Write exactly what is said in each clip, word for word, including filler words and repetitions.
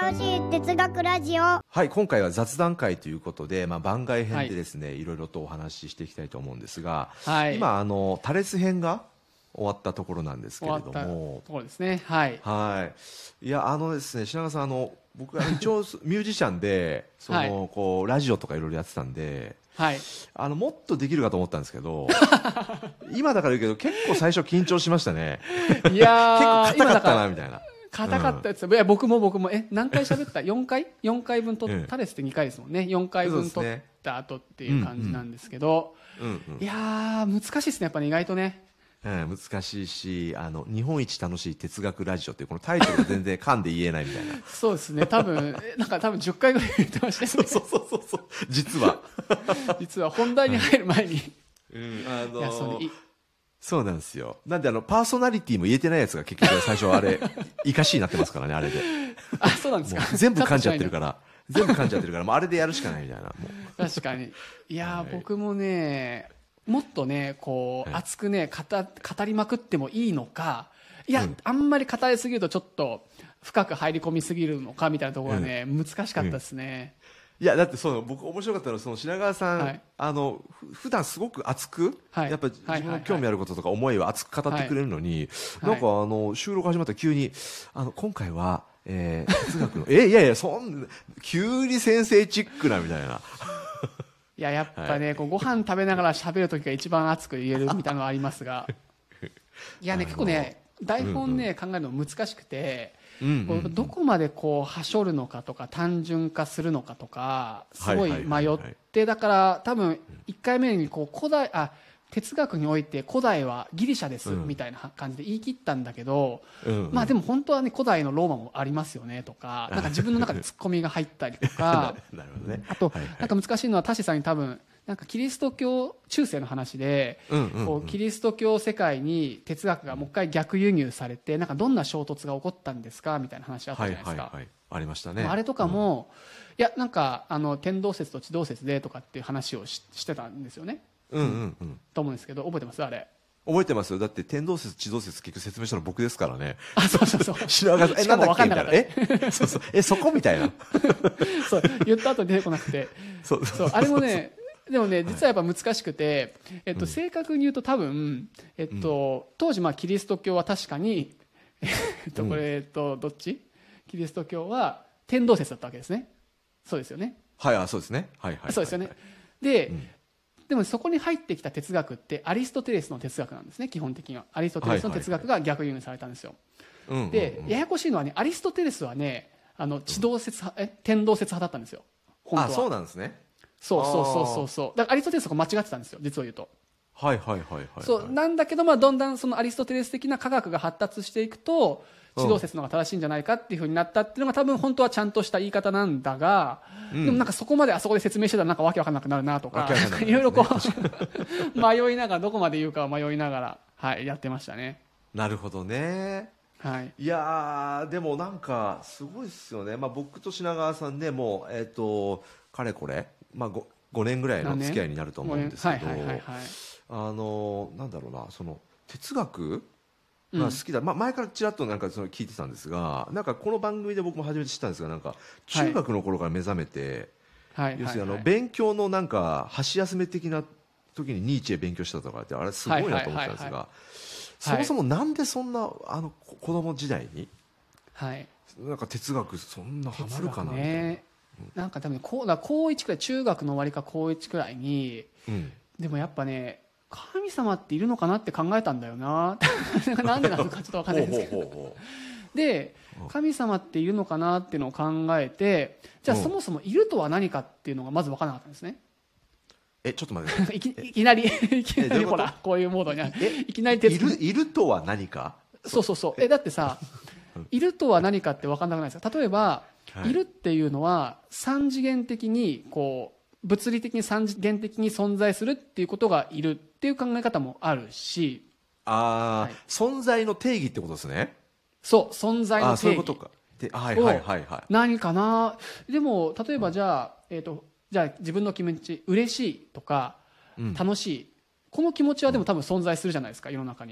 楽しい哲学ラジオ。 はい、今回は雑談会ということで、まあ、番外編でですね、はい、いろいろとお話ししていきたいと思うんですが、はい、今あのタレス編が終わったところなんですけれども、終わったところですね。はい。 はい。いやあのですね、品川さん、あの僕は一応ミュージシャンでその、はい、こうラジオとかいろいろやってたんで、はい、あのもっとできるかと思ったんですけど今だから言うけど結構最初緊張しましたね。 いや結構硬かったなみたいな。 硬かったやつ、うん、いや僕も僕もえ何回喋ったよんかいよんかいぶんと、うん、タレスってにかいですもんね。よんかいぶん取った後っていう感じなんですけど、うんうんうんうん、いやー難しいですね、やっぱり、ね、意外とね。 うん、難しいし、あの日本一楽しい哲学ラジオっていうこのタイトルが全然噛んで言えないみたいなそうですね、多分なんか多分じゅっかいぐらい言ってましたね。 そうそうそうそう、実は実は本題に入る前に、 うん、あのー、いやそうそうなんですよ。なんであのパーソナリティも言えてないやつが結局最初あれ生かしになってますからね、あれで。 あ、そうなんですか。 全部噛んじゃってるから全部噛んじゃってるからもうあれでやるしかないみたいな。もう確かに。いや、はい、僕もねもっとねこう、はい、熱くね語、語りまくってもいいのか、いや、うん、あんまり語りすぎるとちょっと深く入り込みすぎるのかみたいなところがね、うん、難しかったですね。 うん、いやだってそう僕面白かったのはその品川さん、はい、あの普段すごく熱く、はい、やっぱ自分の興味あることとか思いを熱く語ってくれるのに、はい、なんかあの収録始まったら急にあの今回は、えー、哲学のえいやいやそん急に先生チックなみたいな。 いややっぱね、はい、こうご飯食べながら喋る時が一番熱く言えるみたいなのがありますがいやね結構ね台本ね、うんうん、考えるの難しくて、うんうんうん、どこまでこうはしょるのかとか単純化するのかとかすごい迷って、はいはいはいはい、だから多分いっかいめにこう古代あ哲学において古代はギリシャですみたいな感じで言い切ったんだけど、うんうん、まあでも本当はね古代のローマもありますよねとか、なんか自分の中でツッコミが入ったりとかなるほど、ね、あと、はいはい、なんか難しいのはタシさんに多分なんかキリスト教中世の話で、うんうんうん、こうキリスト教世界に哲学がもう一回逆輸入されてなんかどんな衝突が起こったんですかみたいな話あったじゃないですか、はいはいはい、 ありましたね。 あれとかも、うん、いやなんかあの天動説と地動説でとかっていう話を し, してたんですよね。うんうんうん、と思うんですけど覚えてます？あれ覚えてますよ。だって天動説地動説結局説明したの僕ですからね。 あ、そうそうそう。 白髪えなんだっけみたいな。えそうそうえそこみたいな。 そう言った後に出てこなくて。そうそうあれもねでもね実はやっぱ難しくて、えっと、正確に言うと多分、えっと、当時まあキリスト教は確かにえっとこれ、えっと、どっちキリスト教は天動説だったわけですね。そうですよね。 はい、あそうですね。はいはい。 そうですよね。で、うんでもそこに入ってきた哲学ってアリストテレスの哲学なんですね。基本的にはアリストテレスの哲学が逆輸入されたんですよ。はいはいはい、でややこしいのはねアリストテレスはねあの地動説派、うん、え天動説派だったんですよ本当は。 あそうなんですね。 そうそうそうそうそうだからアリストテレスが間違ってたんですよ実を言うと。 はいはいはいはい、はい、 そうなんだけど、まあ、どんどんそのアリストテレス的な科学が発達していくと地動説の方が正しいんじゃないかっていう風になったっていうのが多分本当はちゃんとした言い方なんだが、うん、でもなんかそこまであそこで説明してたらなんかわけわかんなくなるなとかいろいろこう迷いながらどこまで言うか迷いながら、はい、やってましたね。 なるほどね。はい、いやでもなんかすごいですよね。まあ、僕と品川さんでもう、えー、とかれこれ、まあ、5, ごねんぐらいの付き合いになると思うんですけど、あのなんだろうなその哲学まあ、好きだ、まあ、前からちらっとなんかその聞いてたんですがなんかこの番組で僕も初めて知ったんですがなんか中学の頃から目覚めて、はい、要するにあの勉強のなんか箸休め的な時にニーチェ勉強したとかってあれすごいなと思ったんですがそもそもなんでそんなあの子供時代に、はい、なんか哲学そんなハマるかなみたいな、ねうん、なんか多分こうだ高いちくらい中学の終わりか高いちくらいに、うん、でもやっぱね神様っているのかなって考えたんだよななんでなのかちょっと分かんないんですけどで神様っているのかなっていうのを考えてじゃあそもそもいるとは何かっていうのがまず分からなかったんですね。 えちょっと待っていきいきなりいきなりほらこういうモードにえいきなりいるいるとは何かそうそうそうえだってさいるとは何かって分かんなくないですか。例えば、はい、いるっていうのは三次元的にこう物理的に三次元的に存在するっていうことがいるっていう考え方もあるしあ、はい、存在の定義ってことですね。 そう存在の定義そういうことかで、はいはいはいはい、 何かな。でも例えばじゃあ、えーと、じゃあ自分の気持ち嬉しいとか、うん、楽しいこの気持ちはでも多分存在するじゃないですか世の中に。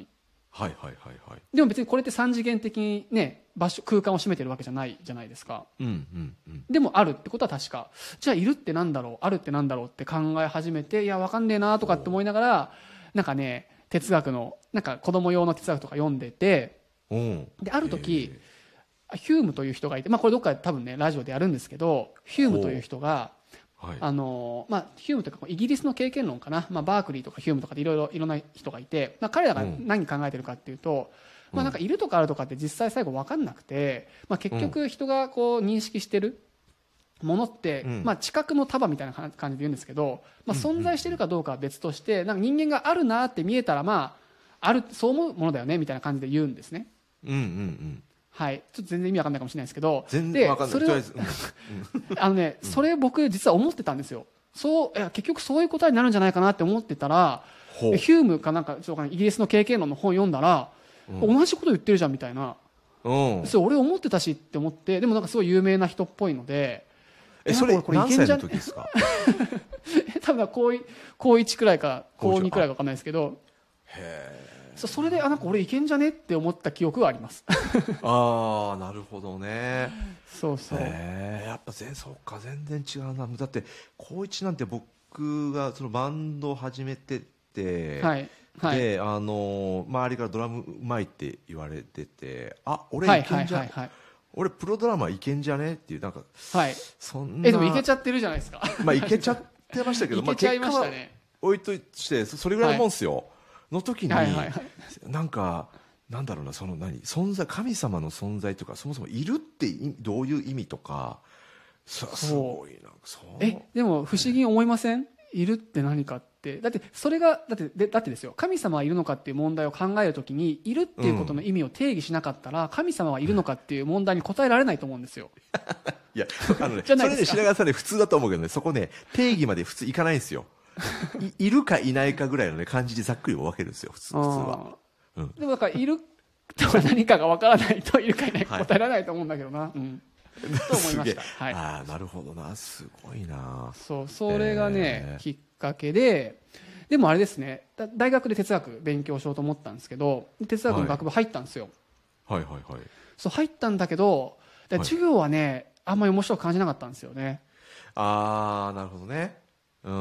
はいはいはいはい。 でも別にこれって三次元的にね場所空間を占めてるわけじゃないじゃないですか、 うんうんうん、 でもあるってことは確か。じゃあいるってなんだろう、あるってなんだろうって考え始めて、いや分かんねえなとかって思いながら、なんかね哲学のなんか子供用の哲学とか読んでて、である時ヒュームという人がいて、まあ、これどっかで多分ねラジオでやるんですけど、ヒュームという人がはい、あのまあ、ヒュームというかイギリスの経験論かな、まあ、バークリーとかヒュームとかでいろいろいろんな人がいて、まあ、彼らが何考えてるかっていうと、うんまあ、なんかいるとかあるとかって実際最後分かんなくて、まあ、結局人がこう認識してるものって、うんまあ、知覚の束みたいな感じで言うんですけど、まあ、存在してるかどうかは別として、なんか人間があるなって見えたら、まあ、あるそう思うものだよねみたいな感じで言うんですね。 うんうんうんはい、ちょっと全然意味わかんないかもしれないですけど、 全然わかんない。 それをあのね、それ僕実は思ってたんですよ。そういや結局そういう答えになるんじゃないかなって思ってたら、ヒュームかなんかそうかイギリスの経験論の本読んだら、うん、同じこと言ってるじゃんみたいな、うん、それ俺思ってたしって思って、でもなんかすごい有名な人っぽいので、 えそれ何歳の時ですか？ 多分高い高いちくらいか高にくらいか分かんないですけど、へー、それであなんか俺いけんじゃねって思った記憶はありますああなるほどね。 そうそう、 へえ、やっぱ全そうか全然違うな。だって高一なんて僕がそのバンドを始めてて、はいはい、であの周りからドラムうまいって言われてて、あ俺いけんじゃ、はいはいはいはい、俺プロドラマーいけんじゃねっていう、なんか、はい、そんなえでもいけちゃってるじゃないですかまあいけちゃってましたけどいけちゃいましたね、まあ、置いといてそれぐらいのもんですよ、はいの時に、はいはいはい、なんかなんだろうな、その何存在、神様の存在とかそもそもいるってどういう意味とか、すごいな。そうえでも不思議に思いません？いるって何かって。だってそれがだってでだってですよ、神様はいるのかっていう問題を考えるときにいるっていうことの意味を定義しなかったら、うん、神様はいるのかっていう問題に答えられないと思うんですよいやあの、ね、それね品川さんね普通だと思うけどね、そこね定義まで普通いかないんですよい, いるかいないかぐらいの、ね、感じでざっくり分けるんですよ普通、普通は、 うん、でもだからいるとは何かが分からないといるかいないか答えられないと思うんだけどな、はいうん、と思いました、はい、 あなるほどな、すごいな。 そうそれがね、えー、きっかけで、でもあれですね、大学で哲学勉強しようと思ったんですけど哲学の学部入ったんですよ、 はい、はいはいはいそう入ったんだけど授業はね、はい、あんまり面白く感じなかったんですよね。 ああなるほどね。うん、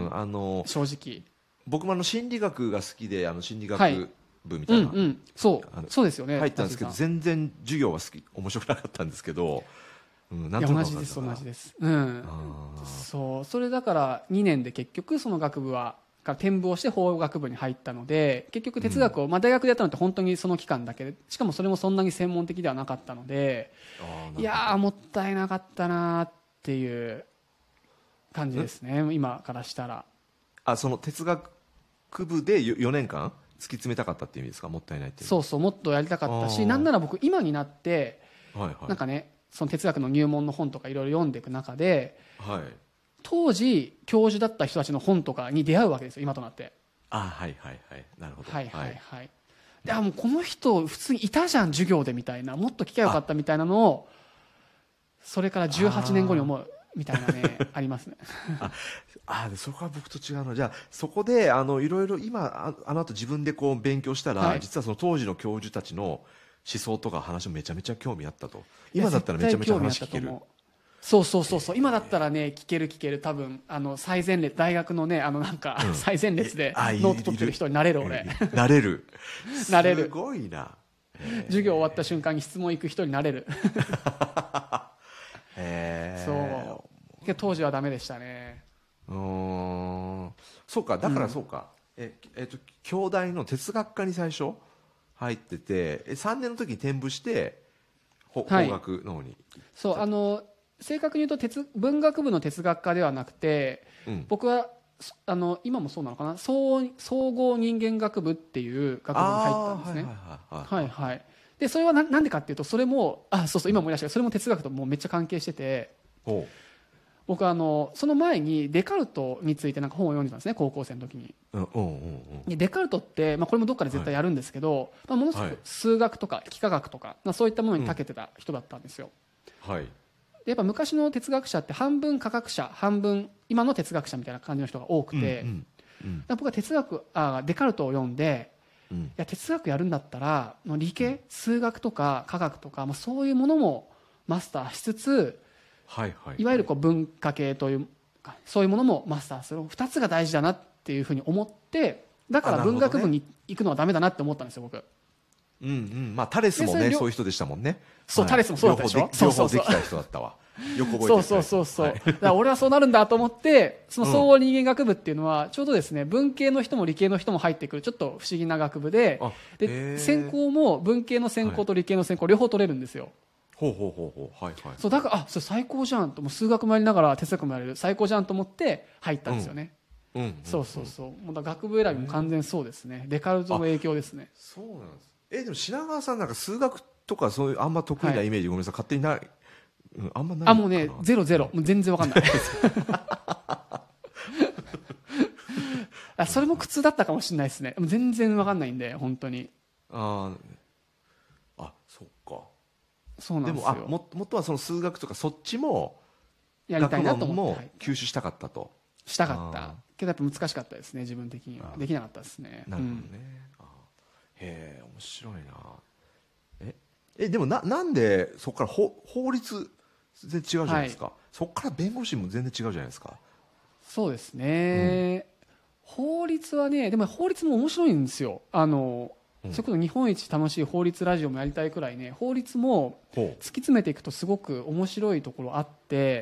あの正直僕もあの心理学が好きで、あの心理学部みたいな、はいうんうん、 そうそうですよね、 入ったんですけど全然授業は好き面白くなかったんですけど、うん、なんとなく同じです同じです、うん、そうそれだからにねんで結局その学部は転部をして法学部に入ったので、結局哲学を、うんまあ、大学でやったのって本当にその期間だけで、しかもそれもそんなに専門的ではなかったので、いやーもったいなかったなっていう感じですね、今からしたら。 あその哲学部でよねんかん突き詰めたかったっていう意味ですか？もったいないっていう。 そうそうもっとやりたかったし、なんなら僕今になって、はいはい、なんかねその哲学の入門の本とかいろいろ読んでいく中で、はい、当時教授だった人たちの本とかに出会うわけですよ今となって。 あはいはいはいなるほど。 はいはいはい、はい、であもうこの人普通にいたじゃん授業でみたいな、もっと聞きゃよかったみたいなのをそれからじゅうはちねんごに思うみたいなねありますねああそこは僕と違うの。じゃあそこであのいろいろ今 あ, あの後自分でこう勉強したら、はい、実はその当時の教授たちの思想とか話もめちゃめちゃ興味あったと。今だったらめちゃめちゃ話聞ける。 そうそうそうそう、今だったらね聞ける聞ける、多分あの最前列大学のねあのなんか、うん、最前列でノート取ってる人になれる俺なれるなれるすごいな。 授業終わった瞬間に質問行く人になれるへそうけど当時はダメでしたね。 うーんそうかだからそうか、うん、ええっと京大の哲学科に最初入っててさんねんの時に転部して法学の方に、はい、 そうあの正確に言うと哲文学部の哲学科ではなくて、うん、僕はあの今もそうなのかな、総総合人間学部っていう学部に入ったんですね。はいはい。でそれはななんでかっていうと、それもあそうそう今思い出したけど、それも哲学ともうめっちゃ関係してて、僕はあのその前にデカルトについてなんか本を読んでたんですね、高校生の時に。うんうんうん、でデカルトって、まあ、これもどっかで絶対やるんですけど、はいまあ、ものすごく数学とか幾何学とか、まあ、そういったものに長けてた人だったんですよ。 うん、はい。 でやっぱ昔の哲学者って半分科学者半分今の哲学者みたいな感じの人が多くて、うんうんうん、僕は哲学あデカルトを読んで、 うん、いや哲学やるんだったら理系数学とか科学とか、まあ、そういうものもマスターしつつ、 はいはい、 いわゆるこう文化系というそういうものもマスターするふたつが大事だなっていうふうに思って、だから文学部に行くのはダメだなって思ったんですよ僕。 うんうん、まあタレスもねそういう人でしたもんね。 そう、はい、タレスもそうだったでしょ。 両方できた人だったわ。よく覚えてる。 そうそうそうそう、はい、だから俺はそうなるんだと思ってその総合人間学部っていうのはちょうどですね文系の人も理系の人も入ってくるちょっと不思議な学部で、で専攻も文系の専攻と理系の専攻両方取れるんですよ。 ほうほうほうほう、はいはい。 そうだからあそれ最高じゃんと、もう数学もやりながら哲学もやれる最高じゃんと思って入ったんですよね。うんうんうんうん、そうそうそう、もうだ学部選びも完全そうですね。デカルトの影響ですね。 そうなんです。えでも品川さんなんか数学とかそういうあんま得意なイメージ、はい、ごめんなさい勝手にない、うん、あんまないあもうねゼロゼロもう全然わかんないあそれも苦痛だったかもしれないですね。全然わかんないんで本当に。 ああそっか。 そうなんですよ。 でもあももっとはその数学とかそっちもやりたいなと思って、 も吸収したかったと。 したかったけどやっぱ難しかったですね自分的には。できなかったですね。 なるほどね、うん、あへえ面白いな。ええでもななんでそこから法法律全然違うじゃないですか、はい、そこから弁護士も全然違うじゃないですか。 そうですね、うん、法律はねでも法律も面白いんですよ。あの、うん、それこそ日本一楽しい法律ラジオもやりたいくらいね法律も突き詰めていくとすごく面白いところあって、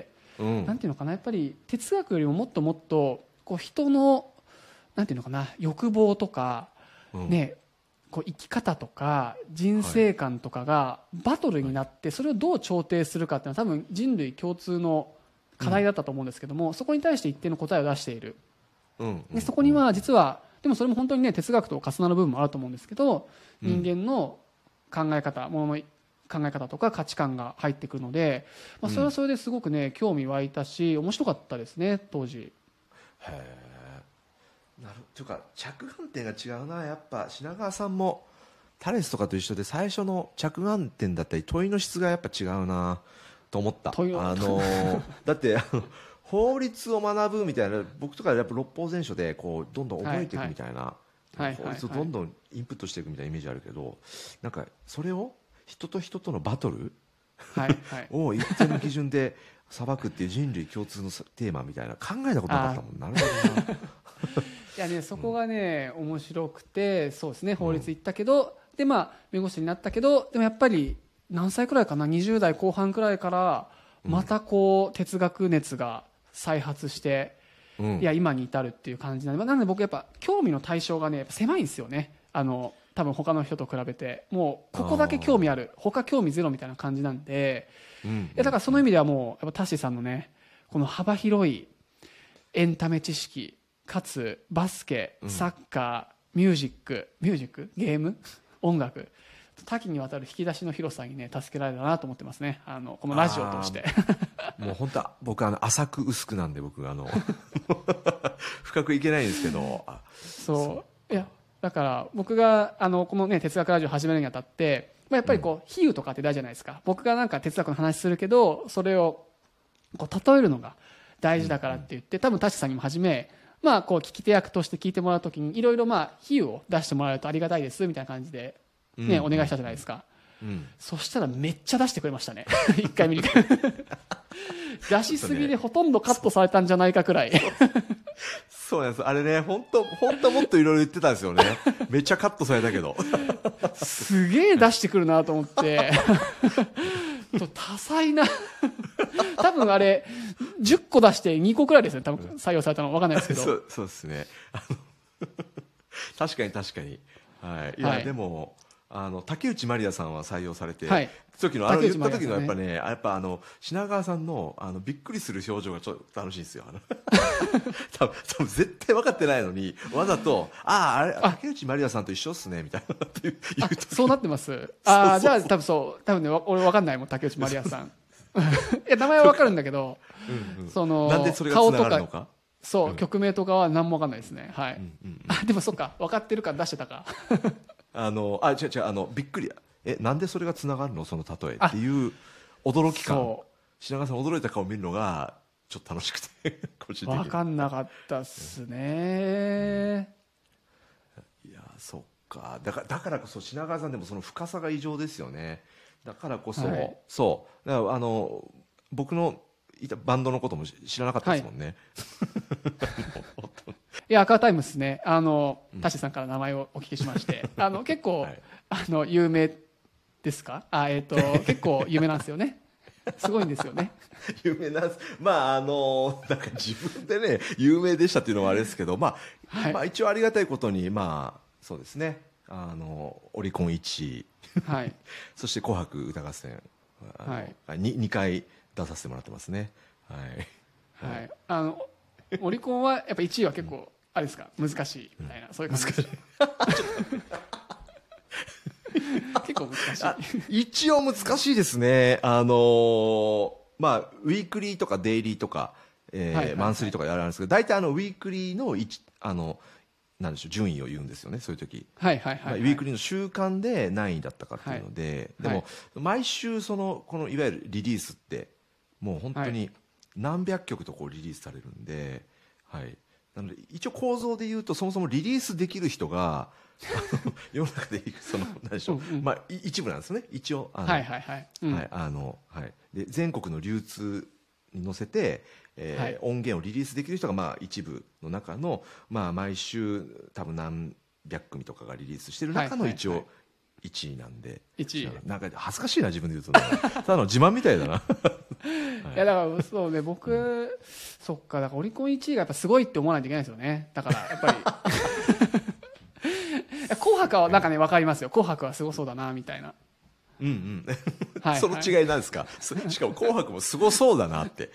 うん、なんていうのかなやっぱり哲学よりももっともっとこう人のなんていうのかな欲望とか、うん、ねこう生き方とか人生観とかがバトルになってそれをどう調停するかっていうのは多分人類共通の課題だったと思うんですけども、うん、そこに対して一定の答えを出している、うん、でそこには実はでもそれも本当にね哲学と重なる部分もあると思うんですけど、人間の考え方ものの考え方とか価値観が入ってくるので、まあ、それはそれですごくね興味湧いたし面白かったですね当時。 へえ、なるというか着眼点が違うな。やっぱ品川さんもタレスとかと一緒で最初の着眼点だったり問いの質がやっぱ違うなと思った。あのだってあの法律を学ぶみたいな僕とかやっぱ六法全書でこうどんどん覚えていくみたいな、はいはい、法律をどんどんインプットしていくみたいなイメージあるけど、なんかそれを人と人とのバトル、はいはい、を一定の基準で裁くっていう人類共通のテーマみたいな考えたことなかったもん。なるほどな。いやねそこがね、うん、面白くてそうですね法律行ったけど、うん、でまあ弁護士になったけどでもやっぱり何歳くらいかなにじゅう代後半くらいからまたこう哲学熱が再発して、うん、いや今に至るっていう感じなので、なので僕やっぱ興味の対象がねやっぱ狭いんですよね。あの多分他の人と比べてもうここだけ興味ある他興味ゼロみたいな感じなんで、うん、いやだからその意味ではもうやっぱタッシーさんのねこの幅広いエンタメ知識かつバスケサッカー、うん、ミュージックミュージックゲーム音楽多岐にわたる引き出しの広さにね助けられたなと思ってますね。あのこのラジオを通してもう本当は僕あの浅く薄くなんで僕あの深くいけないんですけどそうそういやだから僕があのこの、ね、哲学ラジオ始めるにあたって、まあ、やっぱりこう比喩とかって大事じゃないですか。僕がなんか哲学の話するけどそれをこう例えるのが大事だからって言って、多分タシさんにも初め、まあ、こう聞き手役として聞いてもらうときにいろいろまあ比喩を出してもらえるとありがたいですみたいな感じで、ねうん、お願いしたじゃないですか、うん、そしたらめっちゃ出してくれましたね一回見る出しすぎでほとんどカットされたんじゃないかくらいそうなんです。あれね本当本当もっといろいろ言ってたんですよねめっちゃカットされたけどすげえ出してくるなと思って多彩な多分あれじゅっこ出してにこくらいですね多分採用されたの分かんないですけどそうそうですね確かに確かに、はい、いや、はい、でもあの竹内まりやさんは採用されて、はい、時のあの言った時のやっぱねやっぱあの品川さんのあのびっくりする表情がちょっと楽しいんですよ多分多分絶対分かってないのにわざとあああれ竹内まりやさんと一緒っすねみたいな言うそうなってますああじゃあ多分そう多分ね俺分かんないもん竹内まりやさんいや名前は分かるんだけどうん、うん、そのなんでそれがつながるのかそう、うん、曲名とかは何も分かんないですねはい、うんうんうん、あでもそっか分かってるから出してたかあのあ違う違うあのびっくりえなんでそれがつながるのその例えっていう驚き感品川さん驚いた顔を見るのがちょっと楽しくて個分かんなかったっすね、 うん、いやそっか。だからだからこそ品川さんでもその深さが異常ですよね。だからこそ、 はい、 そうだからあの僕のいたバンドのことも知らなかったですもんね。 はい、いやアクアタイムスね、あのタシさんから名前をお聞きしまして、あの結構、はい、あの有名ですか？あ、えー、と結構有名なんですよね。すごいんですよね。 有名なんです。まああのなんか自分でね有名でしたっていうのはあれですけど、まあ、はい、まあ一応ありがたいことにまあそうですね、あのオリコンいちい、はい、そして紅白歌合戦、はい、ににかい出させてもらってますね。はい、はい、あのオリコンはやっぱいちいは結構あれですか、難しいみたいな、うん、そういう感じですか？結構難しい。 一応難しいですね。あのー、まあウィークリーとかデイリーとか、えーはいはいはい、マンスリーとかやるんですけど、大体あのウィークリーの一あのなんでしょう、順位を言うんですよね、そういう時。 はいはいはい、はい、 まあ、ウィークリーの週間で何位だったかっていうので、はい、でも、はい、毎週そのこのいわゆるリリースってもう本当に何百曲とこうリリースされるんで、はい、なので一応構造で言うとそもそもリリースできる人が世の中でその何でしょう、うんうん、まあ一部なんですね一応あの、はいはいはいうん、はいあのはい、で全国の流通に乗せて、えーはい、音源をリリースできる人がまあ一部の中の、まあ、毎週多分何百組とかがリリースしてる中の一応いちいなんで、 いちいなんか恥ずかしいな自分で言うと、ね、ただの自慢みたいだな。はい、 いやだからそうね僕、うん、そっかだからオリコンいちいがやっぱすごいって思わないといけないですよね。だからやっぱり紅白はなんかね分かりますよ。紅白はすごそうだなみたいな。 うんうんはい、その違いなんですか？しかも紅白もすごそうだなって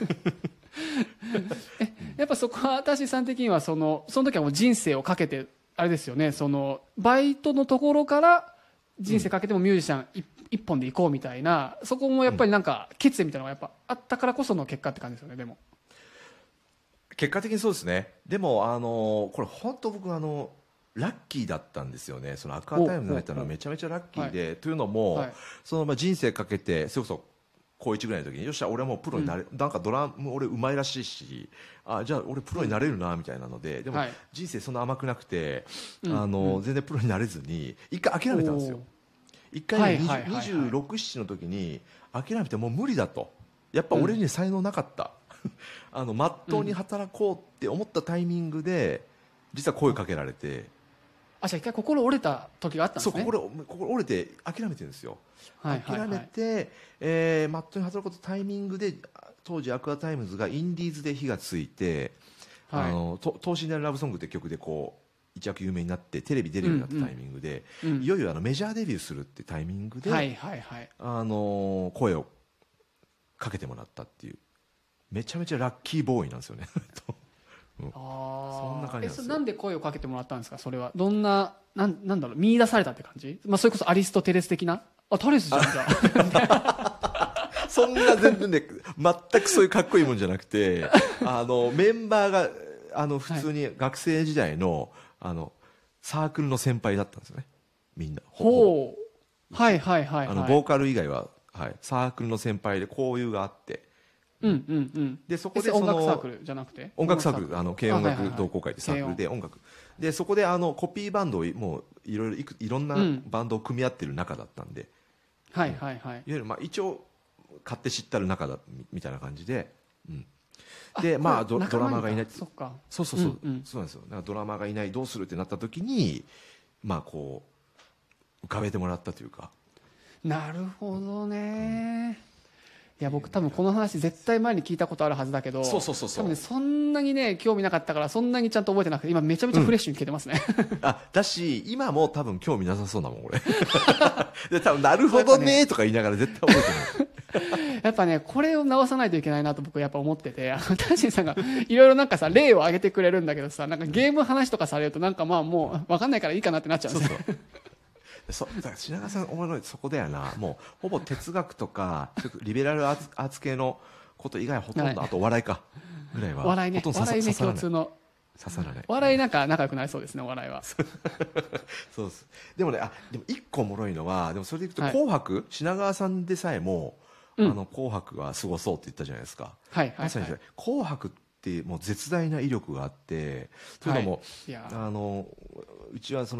えやっぱそこは私さん的にはそのその時はもう人生をかけてあれですよね、そのバイトのところから人生かけてもミュージシャン一、一本で行こうみたいな、そこもやっぱりなんか決意みたいなのがやっぱあったからこその結果って感じですよね。でも結果的にそうですね。でもあのこれ本当僕あのラッキーだったんですよね。そのアクアタイムに入ったのはめちゃめちゃラッキーで、はい、というのも、はい、そのまあ人生かけてそれこそ高いちぐらいの時によっしゃ俺はもうプロになれ、うん、なんかドラム俺うまいらしいし、あじゃあ俺プロになれるなみたいなので、でも人生そんな甘くなくて、はい、あの、うん、全然プロになれずに一回諦めたんですよ。一回ね、にじゅうろく、ななの時に諦めてもう無理だと、やっぱ俺に才能なかった、うん、あの真っ当に働こうって思ったタイミングで実は声かけられて、 あじゃあ一回心折れた時があったんですね。 そう心心折れて諦めてるんですよ。はいはいはい、諦めて、えー、マットに働くことタイミングで当時アクアタイムズがインディーズで火がついて、はい、あのと等身大のラブソングって曲でこう一躍有名になってテレビ出るようになったタイミングで、うんうん、いよいよあのメジャーデビューするってタイミングで、はいはいはい、あの声をかけてもらったっていうめちゃめちゃラッキーボーイなんですよね。うん、あそんな感じなんですよ。 えなんで声をかけてもらったんですか？それはどんななんなんだろう見出されたって感じ、まあ、それこそアリストテレス的なあタレスじゃんじゃそんな全然ね全くそういうかっこいいもんじゃなくてあのメンバーがあの普通に学生時代の、はい、あのサークルの先輩だったんですよねみんな。 ほうはいはいはい、はい、 あのボーカル以外は、はい、サークルの先輩で交友があって、 うんうんうん、 でそこでその音楽サークルじゃなくて音楽サークルあの軽音楽同好会でサークルで音楽でそこであのコピーバンドをもういろいろいくいろんなバンドを組み合ってる中だったんで、 うん、はいはいはいいわゆるまあ一応買って知ったる仲だみたいな感じで、うん、でまあド, ドラマがいないそっかそうそうそう、うんうん、そうなんですよ。だからドラマがいないどうするってなった時にまあこう浮かべてもらったというか。 なるほどね、うんいや僕多分この話絶対前に聞いたことあるはずだけどそうそうそうそう多分、ね、そんなにね興味なかったからそんなにちゃんと覚えてなくて今めちゃめちゃフレッシュに聞けてますね、うん、 あだし今も多分興味なさそうなもん俺で多分なるほどねとか言いながら絶対覚えてないやっぱねこれを直さないといけないなと僕やっぱ思ってて、あのタジンさんがいろいろなんかさ例を挙げてくれるんだけどさなんかゲームの話とかされるとなんかまあもう分かんないからいいかなってなっちゃうんですよ。そうそうそだから品川さんおもろいそこだよな。もうほぼ哲学とかリベラルアーツ系のこと以外ほとんど、はい、あと笑いかぐらいは笑いね笑いね共通の刺さらない笑いなんか仲良くなりそうですねお笑いはそうです。でもねあでも一個おもろいのはでもそれでいくと紅白、はい、品川さんでさえも、うん、あの紅白はすごそうって言ったじゃないですか、はいはいはい、まさに紅白ってもう絶大な威力があってというのも、はい、あのうちはその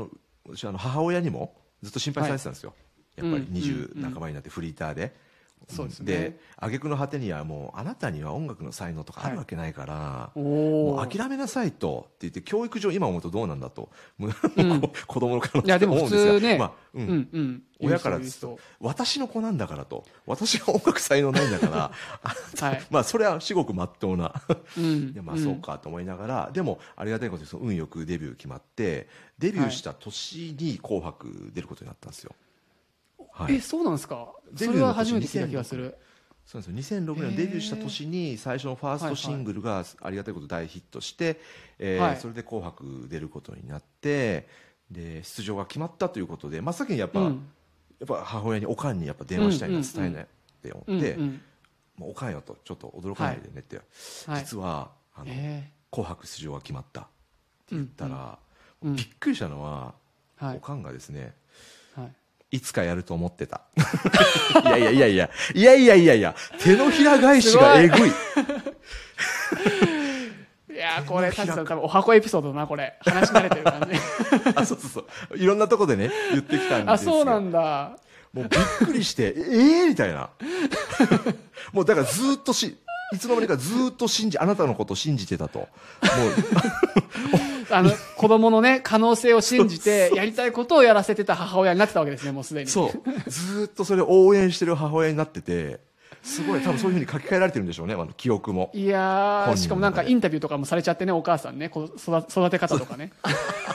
私あの母親にもずっと心配されてたんですよ、はい、やっぱりにじゅう半ばになってフリーターで、 そうですね、 で挙句の果てにはもうあなたには音楽の才能とかあるわけないから、はい、もう諦めなさいとって言って、教育上今思うとどうなんだと、うん、子供の可能性って思うんですが、ね、まあうんうんうん、親からですと私の子なんだからと、私が音楽才能ないんだからはい、まあそれは至極まっとうなで、まあそうかと思いながら、でもありがたいことにその運よくデビュー決まって、デビューした年に「紅白」出ることになったんですよ。 はい、えそうなんですか。それは初めて聞いた気がする。 そうですよ、にせんろくねんデビューした年に最初のファーストシングルがありがたいこと大ヒットして、えーはい、それで「紅白」出ることになって、で出場が決まったということで、真っ先にやっぱ、うん、やっぱ母親におかんにやっぱ電話したいな、伝えないって思って、うんうん、もうおかんよとちょっと驚かないでねって、はい、実はあの、えー、紅白出場が決まったって言ったら、うんうん、びっくりしたのは、はい、おかんがですね、はい、いつかやると思ってたいやいやいやいやいやいやいやいや手のひら返しがえぐいいやこれタチさん多分お箱エピソードだな、これ話し慣れてる感じあそうそうそう、いろんなとこでね言ってきたんですよ。 あそうなんだ。 もうびっくりしてええー、みたいなもうだからずっとしいつの間にかずっと信じあなたのことを信じてたと、もうあの子供のね可能性を信じてやりたいことをやらせてた母親になってたわけですね、もうすでに。 そうずっとそれを応援してる母親になってて、すごい多分そういうふうに書き換えられてるんでしょうね、あの記憶も。 いやーしかもなんかインタビューとかもされちゃってね、お母さんね、こ育育て方とかね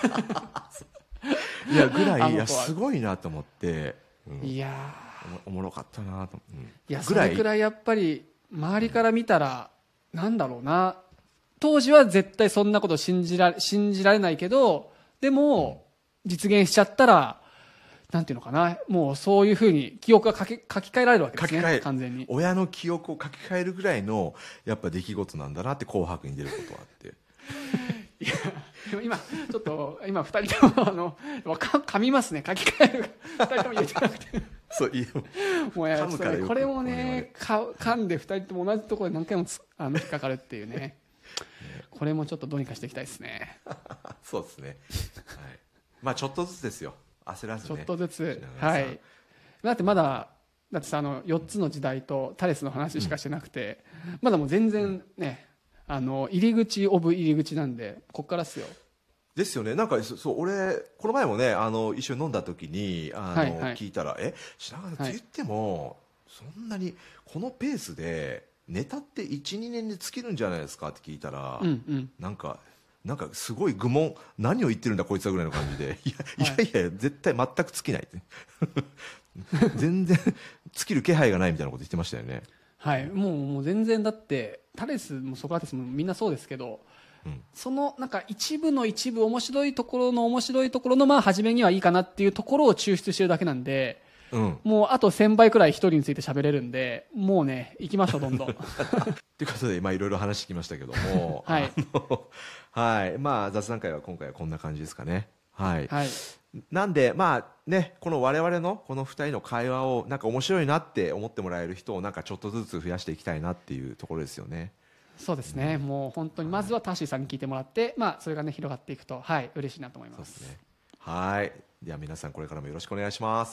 いやぐらい、いやすごいなと思って、 うん、いやおもろかったなと、うん、 いやそれくらいやっぱり周りから見たら、うん、なんだろうな、当時は絶対そんなこと信じら信じられないけど、でも、うん、実現しちゃったらなんていうのかな、もうそういうふうに記憶が書き書き換えられるわけですね、完全に。 親の記憶を書き換えるぐらいのやっぱ出来事なんだなって、紅白に出ることはあっていやでも今ちょっと今ふたりともあの噛みますね、書き換えるふたりとも言えてなくてそういやもうやっぱりこれもねか噛んでふたりとも同じところで何回もつあの引っかかるっていうねこれもちょっとどうにかしていきたいですねそうですね、はい、まあちょっとずつですよ、焦らずね、 ちょっとずつ、はい、だってまだだってさ、あのよっつの時代とタレスの話しかしてなくて、うん、まだもう全然ね、あの入り口オブ入り口なんで、こっからっすよ。 ですよね。なんかそう俺この前もね、あの一緒に飲んだ時にあの、はいはい、聞いたら、え品川さんって言っても、はい、そんなにこのペースでネタって いちにねんで尽きるんじゃないですかって聞いたら、うんうん、なんかなんかすごい愚問、何を言ってるんだこいつはぐらいの感じでいや、はい、いやいや絶対全く尽きない全然尽きる気配がないみたいなこと言ってましたよね。 はい、もうもう全然、だってタレスもソクラテスもみんなそうですけど、うん、そのなんか一部の一部面白いところの面白いところのまあ初めにはいいかなっていうところを抽出してるだけなんで、うん、もうあとせんばいくらい一人について喋れるんで、もうね行きましょうどんどんということで、まあいろいろ話してきましたけどもはい、はい、まあ雑談会は今回はこんな感じですかね。はい、はい、なんでまあね、この我々のこのふたりの会話をなんか面白いなって思ってもらえる人をなんかちょっとずつ増やしていきたいなっていうところですよね。 そうですね、うん、もう本当にまずはタッシーさんに聞いてもらって、まあ、それがね広がっていくと、はい、嬉しいなと思います。 そうですね。はい、では皆さんこれからもよろしくお願いします。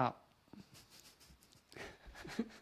はい、ありがとうございました